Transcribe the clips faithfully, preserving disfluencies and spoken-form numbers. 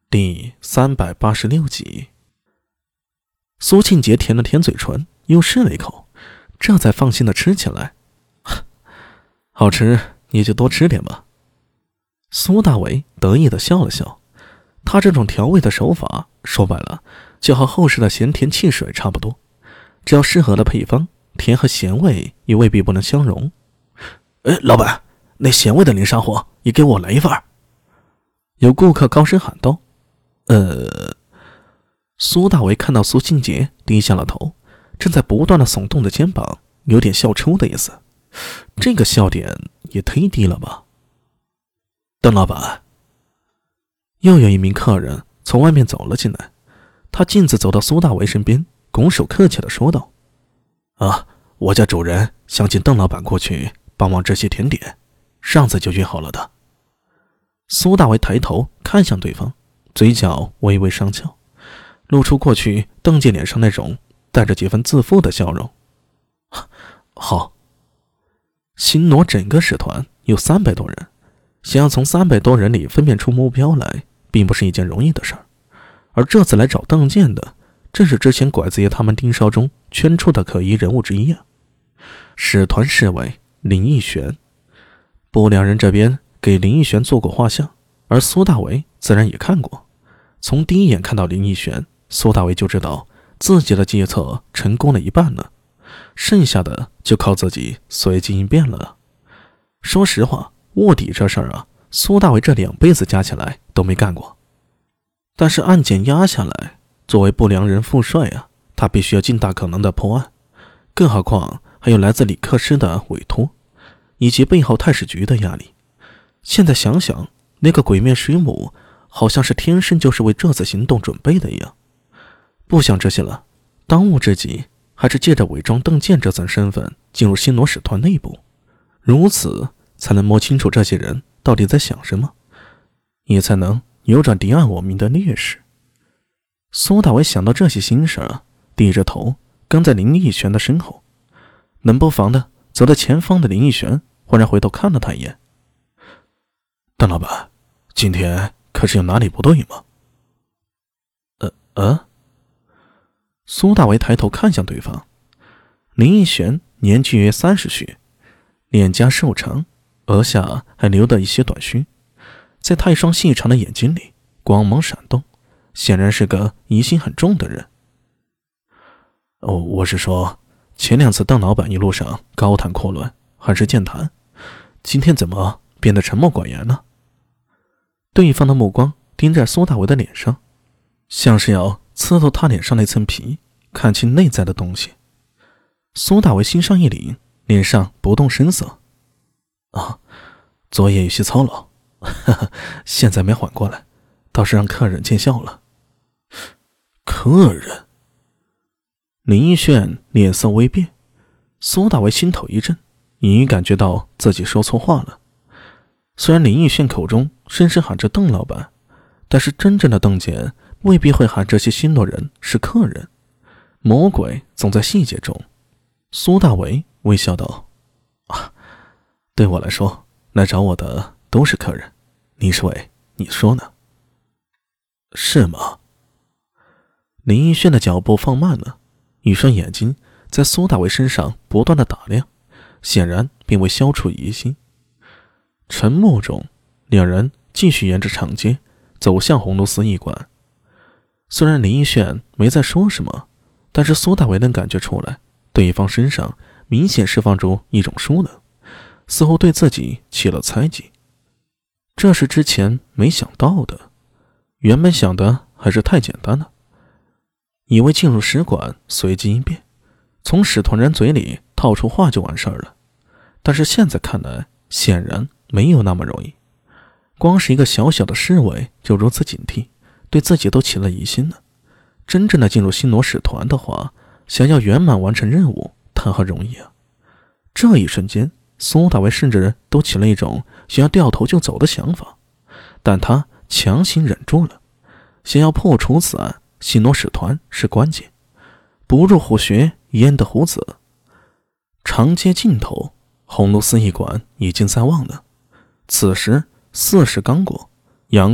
第三百八十六集。苏庆杰舔了舔嘴唇，又试了一口，这才放心的吃起来。好吃，你就多吃点吧。苏大为得意的笑了笑，他这种调味的手法，说白了，就和后世的咸甜汽水差不多，只要适合的配方，甜和咸味也未必不能相容。哎，老板，那咸味的零沙货也给我来一份。有顾客高声喊道。呃，苏大为看到苏庆杰低下了头，正在不断的耸动着肩膀，有点笑出的意思。这个笑点也忒低了吧。邓老板，又有一名客人从外面走了进来，他径自走到苏大为身边，拱手客气的说道：啊，我家主人想请邓老板过去帮忙这些甜点，上次就约好了的。苏大为抬头看向对方，嘴角微微上翘，露出过去邓健脸上那种带着几分自负的笑容。好。新罗整个使团有三百多人，想要从三百多人里分辨出目标来，并不是一件容易的事儿。而这次来找邓健的，正是之前拐子爷他们盯梢中圈出的可疑人物之一啊。使团侍卫林奕璇，不良人这边给林奕璇做过画像，而苏大为自然也看过。从第一眼看到林奕璇，苏大为就知道自己的计策成功了一半了，剩下的就靠自己随机应变了。说实话，卧底这事儿啊，苏大为这两辈子加起来都没干过。但是案件压下来，作为不良人副帅啊，他必须要尽大可能的破案，更何况还有来自李克师的委托，以及背后太史局的压力。现在想想，那个鬼面水母好像是天生就是为这次行动准备的一样。不想这些了，当务之急还是借着伪装邓健这层身份进入新罗使团内部，如此才能摸清楚这些人到底在想什么，也才能扭转敌暗我明的劣势。苏大为想到这些心事啊，低着头跟在林奕璇的身后，冷不防的走到前方的林奕璇忽然回头看了他一眼。邓老板，今天可是有哪里不对吗？呃呃苏大为抬头看向对方，林奕璇年纪约三十许，脸颊瘦长，额下还留着一些短须，在他一双细长的眼睛里光芒闪动，显然是个疑心很重的人。哦，我是说，前两次邓老板一路上高谈阔论，很是健谈，今天怎么变得沉默寡言呢？对方的目光盯在苏大为的脸上，像是要刺透他脸上那层皮，看清内在的东西。苏大为心上一凛，脸上不动声色。啊，昨夜有些操劳，呵呵，现在没缓过来，倒是让客人见笑了。客人？林奕璇脸色微变，苏大为心头一震，隐约感觉到自己说错话了。虽然林奕璇口中声声喊着邓老板，但是真正的邓健未必会喊这些新罗人是客人，魔鬼总在细节中。苏大为微笑道：啊，对我来说，来找我的都是客人，倪侍卫，你说呢？是吗？林奕璇的脚步放慢了，一双眼睛在苏大为身上不断的打量，显然并未消除疑心。沉默中，两人继续沿着长街走向鸿胪寺驿馆。虽然林奕璇没再说什么，但是苏大为能感觉出来，对方身上明显释放出一种疏冷，似乎对自己起了猜忌。这是之前没想到的，原本想的还是太简单了，以为进入使馆随机应变，从使团人嘴里套出话就完事儿了。但是现在看来，显然没有那么容易。光是一个小小的侍卫就如此警惕，对自己都起了疑心了。真正的进入新罗使团的话，想要圆满完成任务，谈何容易啊！这一瞬间，苏大为甚至都起了一种想要掉头就走的想法，但他强行忍住了。想要破除此案，新罗使团是关键，不入虎穴，焉得虎子。长街尽头，鸿胪寺驿馆已经在望了。此时巳时刚过，阳光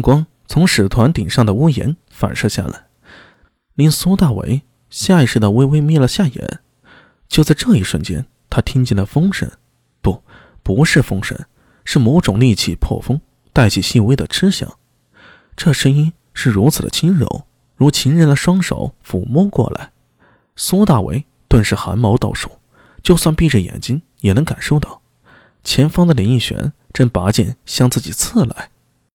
从使团顶上的屋檐反射下来，令苏大为下意识地微微眯了下眼。就在这一瞬间，他听见了风声，不，不是风声，是某种利器破风，带起细微的吃响。这声音是如此的轻柔，如情人的双手抚摸过来。苏大为顿时汗毛倒竖，就算闭着眼睛也能感受到，前方的林奕璇正拔剑向自己刺来。